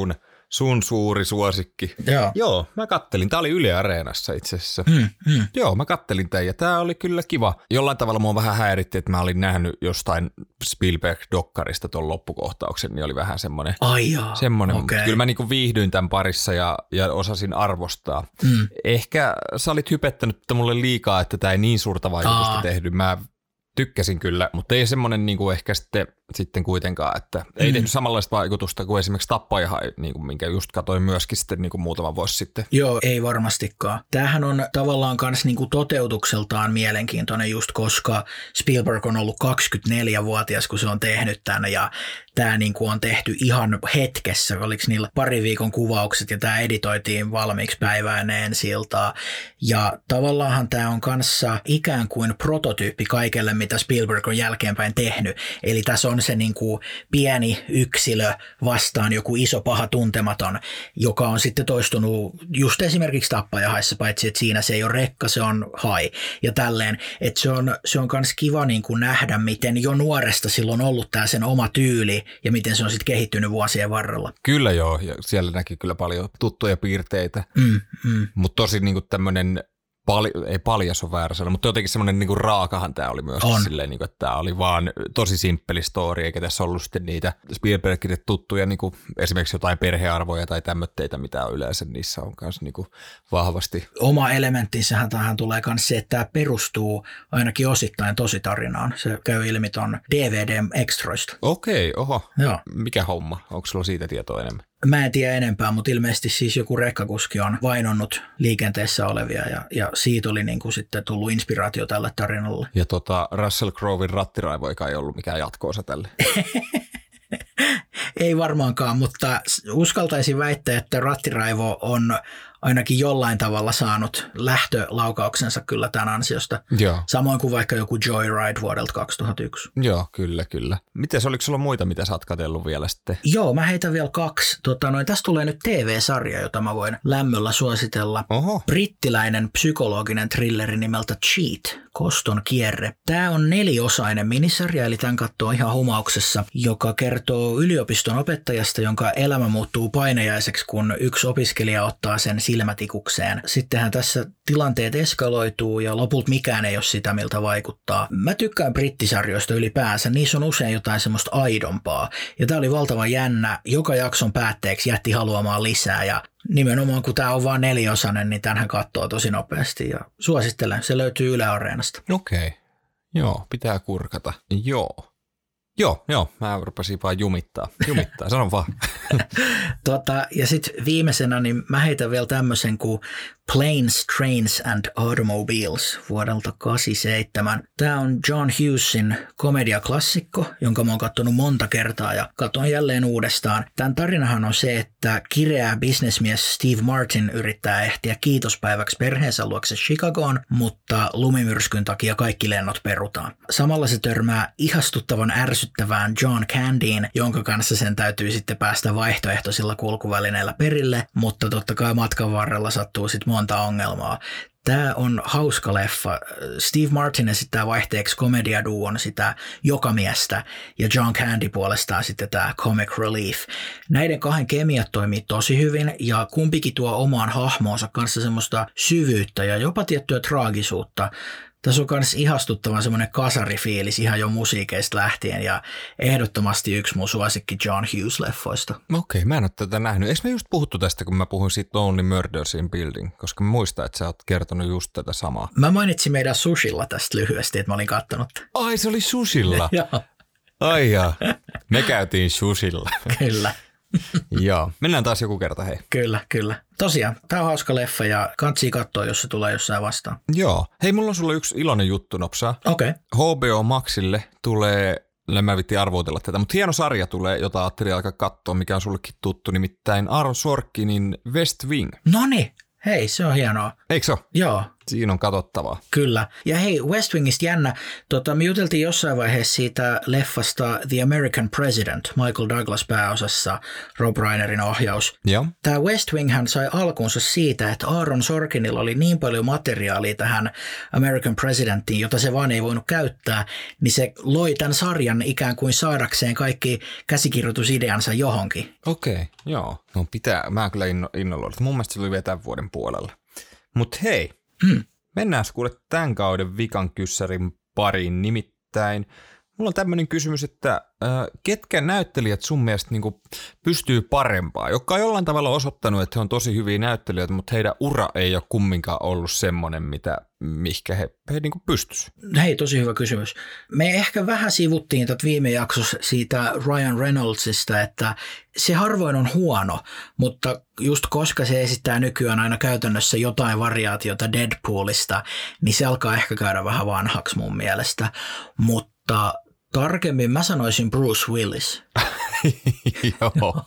sun suuri suosikki. Joo, mä kattelin. Tää oli Yle Areenassa itse asiassa. Joo, mä kattelin tämän ja tää oli kyllä kiva. Jollain tavalla mua vähän häiritti, että mä olin nähnyt jostain Spielberg-dokkarista ton loppukohtauksen, niin oli vähän semmoinen. Okay. Kyllä mä niinku viihdyin tämän parissa ja osasin arvostaa. Ehkä sä olit hypettänyt mulle liikaa, että tää ei niin suurta vaikutusta tehnyt. Mä tykkäsin kyllä, mutta ei semmoinen niinku ehkä sitten kuitenkaan, että ei tehnyt samanlaista vaikutusta kuin esimerkiksi Tappajahai, niinku, minkä just katsoin myöskin sitten niinku muutama vuosi sitten. Joo, ei varmastikaan. Tämähän on tavallaan myös niinku toteutukseltaan mielenkiintoinen just, koska Spielberg on ollut 24-vuotias, kun se on tehnyt tämän ja tämä niinku on tehty ihan hetkessä, oliko niillä pari viikon kuvaukset ja tämä editoitiin valmiiksi päivää ennen ensi-iltaa. Ja tavallaanhan tämä on kanssa ikään kuin prototyyppi kaikelle, mitä Spielberg on jälkeenpäin tehnyt. Eli tässä on se niinku pieni yksilö vastaan joku iso paha tuntematon, joka on sitten toistunut just esimerkiksi Tappajahaissa, paitsi että siinä se ei ole rekka, se on hai ja tälleen. Että se on kans kiva niinku nähdä, miten jo nuoresta silloin on ollut tämä sen oma tyyli ja miten se on sitten kehittynyt vuosien varrella. Kyllä joo, ja siellä näki kyllä paljon tuttuja piirteitä, mutta tosi niinku tämmöinen ei paljas ole väärä sana, mutta jotenkin semmoinen niinku raakahan tämä oli myös silleen, niinku, että tämä oli vaan tosi simppeli story, eikä tässä ollut sitten niitä Spielbergille tuttuja niinku, esimerkiksi jotain perhearvoja tai tämmötteitä, mitä on yleensä niissä on myös niinku, vahvasti. Oma elementtinsähän tähän tulee myös se, että tämä perustuu ainakin osittain tositarinaan. Se käy ilmi ton DVD-extroista. Okei, oho. Joo. Mikä homma? Onko sulla siitä tietoa enemmän? Mä en tiedä enempää, mutta ilmeisesti siis joku rekkakuski on vainonnut liikenteessä olevia ja siitä oli niin kuin sitten tullut inspiraatio tälle tarinalle. Ja Russell Crowen rattiraivo ei kai ollut mikään jatkoosa tälle. Ei varmaankaan, mutta uskaltaisin väittää, että rattiraivo on ainakin jollain tavalla saanut lähtölaukauksensa kyllä tämän ansiosta. Joo. Samoin kuin vaikka joku Joyride vuodelta 2001. Joo, kyllä. Mites, oliko sulla muita, mitä sä oot katsellut vielä sitten? Joo, mä heitän vielä 2. Tästä tulee nyt TV-sarja, jota mä voin lämmöllä suositella. Oho. Brittiläinen psykologinen thrilleri nimeltä Cheat, Koston kierre. Tämä on 4-osainen minisarja, eli tämän katsoo ihan humauksessa, joka kertoo yliopiston opettajasta, jonka elämä muuttuu painajaiseksi, kun yksi opiskelija ottaa sen silmätikukseen. Sittenhän tässä tilanteet eskaloituu ja lopulta mikään ei ole sitä, miltä vaikuttaa. Mä tykkään brittisarjoista ylipäänsä. Niissä on usein jotain semmoista aidompaa. Ja tää oli valtavan jännä. Joka jakson päätteeksi jätti haluamaan lisää ja nimenomaan kun tää on vaan 4-osainen, niin tämänhän katsoo tosi nopeasti ja suosittelen. Se löytyy Yle Areenasta. Okei. Joo, pitää kurkata. Joo, mä rupesin vaan jumittaa, sanon vaan. Ja sitten viimeisenä, niin mä heitän vielä tämmöisen kuin Planes, Trains and Automobiles vuodelta 1987. Tämä on John Hughesin komediaklassikko, jonka mä oon katsonut monta kertaa ja katson jälleen uudestaan. Tämän tarinahan on se, että kireä bisnesmies Steve Martin yrittää ehtiä kiitospäiväksi perheensä luokse Chicagoon, mutta lumimyrskyn takia kaikki lennot perutaan. Samalla se törmää ihastuttavan ärsyttävään John Candyin, jonka kanssa sen täytyy sitten päästä vaihtoehtoisilla kulkuvälineillä perille, mutta totta kai matkan varrella sattuu sitten monta ongelmaa. Tämä on hauska leffa. Steve Martin esittää vaihteeksi komediaduon sitä jokamiestä ja John Candy puolestaan sitten tämä comic relief. Näiden kahden kemiat toimii tosi hyvin ja kumpikin tuo omaan hahmoonsa kanssa semmoista syvyyttä ja jopa tiettyä traagisuutta. Tässä on myös ihastuttavan semmoinen kasarifiilis ihan jo musiikeista lähtien ja ehdottomasti yksi mun suosikki John Hughes-leffoista. Okei, mä en ole tätä nähnyt. Eikö me just puhuttu tästä, kun mä puhuin siitä Only Murders in Building? Koska mä muistan, että sä oot kertonut just tätä samaa. Mä mainitsin meidän Sushilla tästä lyhyesti, että mä olin kattonut. Ai, se oli Sushilla? Joo. Ai jaa. Me käytiin Sushilla. Kyllä. Joo, mennään taas joku kerta, hei. Kyllä. Tosiaan, tää on hauska leffa ja kantsii katsoa, jos se tulee jossain vastaan. Joo. Hei, mulla on sulle yksi iloinen juttu nopsaa. Okei. HBO Maxille tulee, mä vitti arvoitella tätä, mutta hieno sarja tulee, jota ajattelin alkaa katsoa, mikä on sullekin tuttu, nimittäin Aaron Sorkinin West Wing. Noniin. Hei, se on hienoa. Eikö se ole? Joo. Siinä on katsottavaa. Kyllä. Ja hei, West Wingistä jännä. Me juteltiin jossain vaiheessa siitä leffasta The American President, Michael Douglas pääosassa, Rob Reinerin ohjaus. Joo. Tämä West Winghän sai alkunsa siitä, että Aaron Sorkinilla oli niin paljon materiaalia tähän American Presidentiin, jota se vaan ei voinut käyttää, niin se loi tämän sarjan ikään kuin saadakseen kaikki käsikirjoitusideansa johonkin. Okei, joo. No mä kyllä innolla. Mun mielestä se oli vielä tämän vuoden puolella. Mutta hei, mennään kuule tämän kauden vikan kyssärin pariin. Nimittäin mulla on tämmöinen kysymys, että ketkä näyttelijät sun mielestä niinku pystyy parempaa, jotka on jollain tavalla osoittanut, että he on tosi hyviä näyttelijöitä, mutta heidän ura ei ole kumminkaan ollut semmoinen, mihkä he niinku pystyisi? Hei, tosi hyvä kysymys. Me ehkä vähän sivuttiin tätä viime jaksossa siitä Ryan Reynoldsista, että se harvoin on huono, mutta just koska se esittää nykyään aina käytännössä jotain variaatiota Deadpoolista, niin se alkaa ehkä käydä vähän vanhaksi mun mielestä, mutta tarkemmin mä sanoisin Bruce Willis. Joo.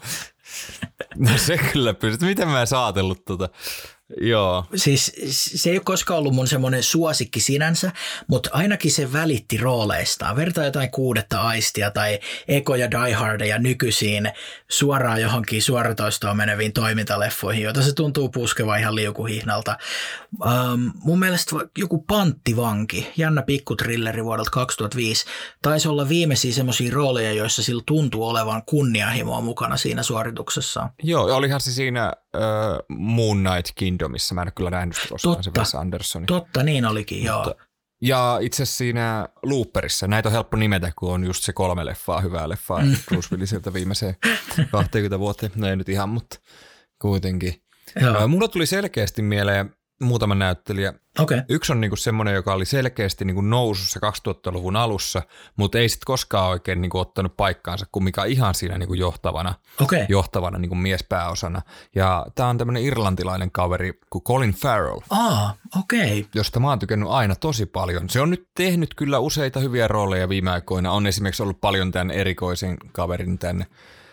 No se kyllä pystyy. Miten mä en saatellut tota? Joo. Siis se ei ole koskaan ollut mun semmoinen suosikki sinänsä, mutta ainakin se välitti rooleistaan. Vertaa jotain Kuudetta aistia tai ekoja Die Hardia nykyisiin suoraan johonkin suoratoistoon meneviin toimintaleffoihin, joita se tuntuu puskeva ihan liukuhihnalta. Mun mielestä joku Panttivanki, jännä pikkutrilleri vuodelta 2005, taisi olla viimeisiä semmoisia rooleja, joissa sillä tuntuu olevan kunnianhimoa mukana siinä suorituksessa. Joo, olihan se siinä Moon Knight Kingdomissa. Mä en ole kyllä nähnyt sitä koskaan, se Wes Anderson. Totta, niin olikin, joo. Ja itse asiassa siinä Looperissa, näitä on helppo nimetä, kun on just se 3 leffaa, hyvää leffaa Bruce Willisiltä viimeiseen 20 vuoteen. No ei nyt ihan, mutta kuitenkin. Mulla tuli selkeästi mieleen muutama näyttelijä. Okay. Yksi on niinku semmoinen, joka oli selkeästi niinku nousussa 2000-luvun alussa, mutta ei sitten koskaan oikein niinku ottanut paikkaansa kumminkaan ihan siinä niinku johtavana niinku miespääosana. Ja tämä on tämmöinen irlantilainen kaveri kuin Colin Farrell. Okei. Josta mä oon tykännyt aina tosi paljon. Se on nyt tehnyt kyllä useita hyviä rooleja viime aikoina. On esimerkiksi ollut paljon tämän erikoisen kaverin, tämän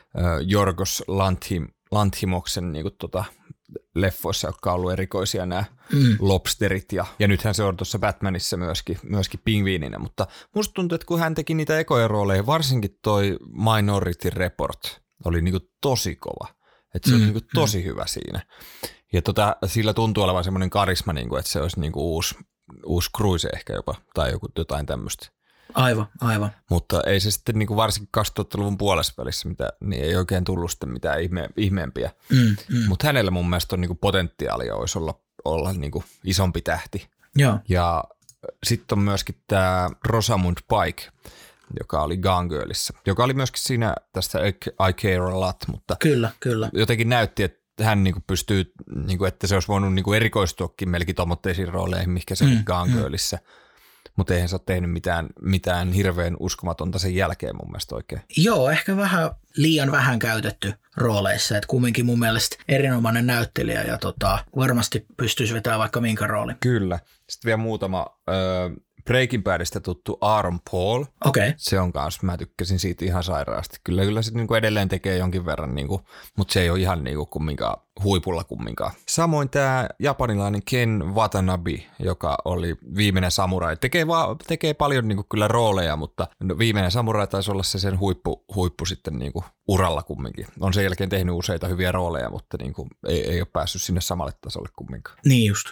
Jorgos Lanthimoksen niinku leffoissa, jotka on ollut erikoisia nämä lobsterit ja nythän se on tuossa Batmanissa myöskin pingviininä, mutta musta tuntuu, että kun hän teki niitä ekoja rooleja, varsinkin toi Minority Report oli niinku tosi kova, että se oli niinku tosi hyvä siinä ja sillä tuntuu olevan semmoinen karisma, niinku, että se olisi niinku uusi Cruise ehkä jopa tai jotain tämmöistä. Aivan. Mutta ei se sitten niin varsinkin 2000-luvun puolessa välissä, niin ei oikein tullut sitten mitään ihmeempiä. Mutta hänellä mun mielestä on niin potentiaalia olisi olla niin isompi tähti. Joo. Ja sitten on myöskin tämä Rosamund Pike, joka oli Gone Girlissa, joka oli myöskin siinä tästä I Care a Lot, mutta kyllä. Jotenkin näytti, että hän niinku pystyy, niinku, että se olisi voinut niinku erikoistuakin melkein tommoitteisiin rooleihin, mikä se oli Gone Girlissä. Mutta eihän se ole tehnyt mitään hirveän uskomatonta sen jälkeen mun mielestä oikein. Joo, ehkä liian vähän käytetty rooleissa. Että kumminkin mun mielestä erinomainen näyttelijä ja varmasti pystyisi vetämään vaikka minkä roolin. Kyllä. Sitten vielä muutama Breaking Badista tuttu Aaron Paul. Okei. Se on kanssa, mä tykkäsin siitä ihan sairaasti. Kyllä se niinku edelleen tekee jonkin verran, niinku, mutta se ei ole ihan niinku kumminkaan huipulla kumminkaan. Samoin tämä japanilainen Ken Watanabe, joka oli Viimeinen samurai. Tekee paljon niinku kyllä rooleja, mutta Viimeinen samurai taisi olla se sen huippu sitten niinku uralla kumminkin. On sen jälkeen tehnyt useita hyviä rooleja, mutta niinku ei ole päässyt sinne samalle tasolle kumminkaan. Niin just,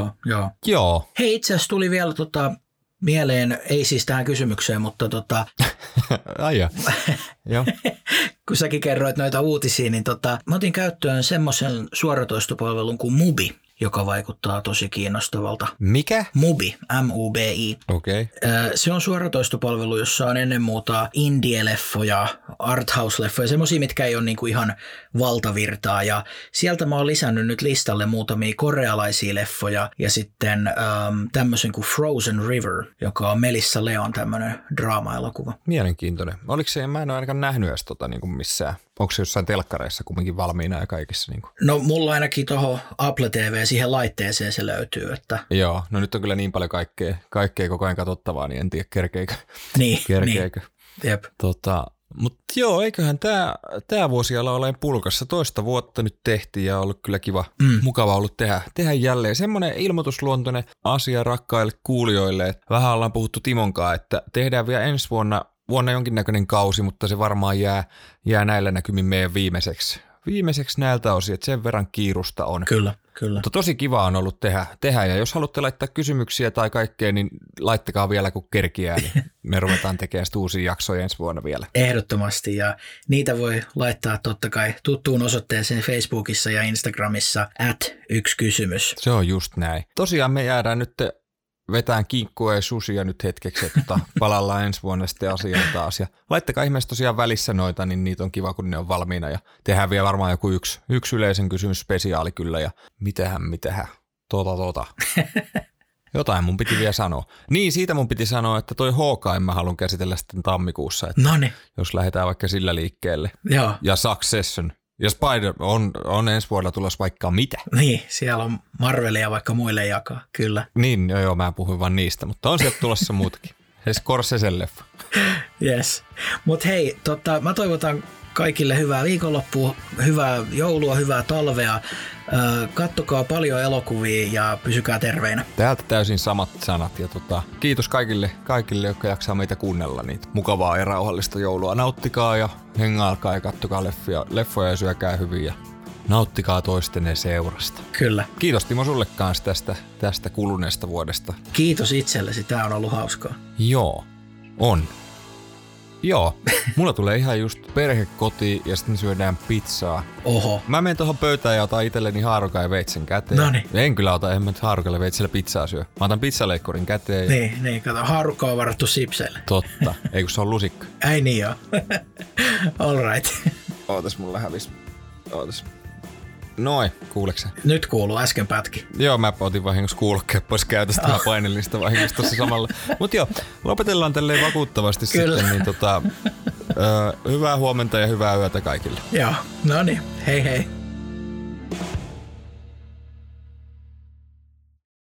joo. Hei, itse asiassa tuli vielä mieleen, ei siis tähän kysymykseen, mutta Joo. kun säkin kerroit noita uutisia, niin mä otin käyttöön semmoisen suoratoistopalvelun kuin Mubi, joka vaikuttaa tosi kiinnostavalta. Mikä? Mubi, M-U-B-I. Okei. Se on suoratoistopalvelu, jossa on ennen muuta indie-leffoja, arthouse-leffoja, semmoisia, mitkä ei ole niinku ihan valtavirtaa. Ja sieltä mä oon lisännyt nyt listalle muutamia korealaisia leffoja ja sitten tämmöisen kuin Frozen River, joka on Melissa Leon tämmöinen draama-elokuva. Mielenkiintoinen. Oliko se, mä en ole ainakaan nähnyt edes niinku missään. Onko se jossain telkkareissa kumminkin valmiina ja kaikissa? Niinku? No mulla ainakin tuohon Apple TV siihen laitteeseen se löytyy. Että... Joo, no nyt on kyllä niin paljon kaikkea koko ajan katsottavaa, niin en tiedä kerkeekö. Niin. Kerkeekö. Jep. Mutta joo, eiköhän tää vuosi ala ole pulkassa. 2 vuotta nyt tehtiin ja on ollut kyllä mukava ollut tehdä jälleen. Semmoinen ilmoitusluontoinen asia rakkaille kuulijoille, että vähän ollaan puhuttu Timonkaan, että tehdään vielä ensi vuonna jonkinnäköinen kausi, mutta se varmaan jää näillä näkymin meidän viimeiseksi näiltä osin, että sen verran kiirusta on. Kyllä. Mutta tosi kiva on ollut tehdä ja jos haluatte laittaa kysymyksiä tai kaikkea, niin laittakaa vielä kun kerkiää, niin me ruvetaan tekemään uusia jaksoja ensi vuonna vielä. Ehdottomasti ja niitä voi laittaa totta kai tuttuun osoitteeseen Facebookissa ja Instagramissa @1kysymys. Se on just näin. Tosiaan me jäädään nyt vetään kinkkua ja susia nyt hetkeksi, että palallaan ensi vuonna sitten asiaan taas. Ja laittakaa ihmeessä tosiaan välissä noita, niin niitä on kiva, kun ne on valmiina. Ja tehdään vielä varmaan joku yksi yleisen kysymys spesiaali kyllä. Ja mitähän. Jotain mun piti vielä sanoa. Niin, siitä mun piti sanoa, että toi HK mä haluan käsitellä sitten tammikuussa. Noniin. Jos lähdetään vaikka sillä liikkeelle. Joo. Ja Succession. Ja Spider on ensi vuodella tulossa vaikka mitä. Niin, siellä on Marvelia vaikka muille jakaa, kyllä. Niin, joo, mä puhuin vaan niistä, mutta on sieltä tulossa muutakin. Se Scorsesen leffa. Yes. Mutta hei, mä toivotan kaikille hyvää viikonloppua, hyvää joulua, hyvää talvea. Kattokaa paljon elokuvia ja pysykää terveinä. Täältä täysin samat sanat ja kiitos kaikille, jotka jaksaa meitä kuunnella niitä. Mukavaa ja rauhallista joulua. Nauttikaa ja hengaalkaa ja kattokaa leffoja ja syökää hyvin ja nauttikaa toistenne seurasta. Kyllä. Kiitos Timo sulle kanssa tästä kuluneesta vuodesta. Kiitos itsellesi, tää on ollut hauskaa. Joo, on. Joo, mulla tulee ihan just perhe kotiin ja sitten syödään pizzaa. Oho. Mä menen tuohon pöydään ja otan itselleni haarukan ja veitsen käteen. Noniin. En kyllä en mä haarukalle veitsellä pizzaa syö. Mä otan pizzaleikkurin käteen. Niin, kato, haarukka on varattu sipseille. Totta, ei kun se on lusikka. Ei niin joo. All right. Ootas, mulla hävis. Noin, kuuleksä? Nyt kuuluu, äsken pätki. Joo, mä otin vahingossa kuulokkeet pois käytöstä. Mä painelin sitä vahingossa tuossa samalla. Mut joo, lopetellaan tälleen vakuuttavasti Kyllä. sitten. Niin hyvää huomenta ja hyvää yötä kaikille. Joo, no niin, hei hei.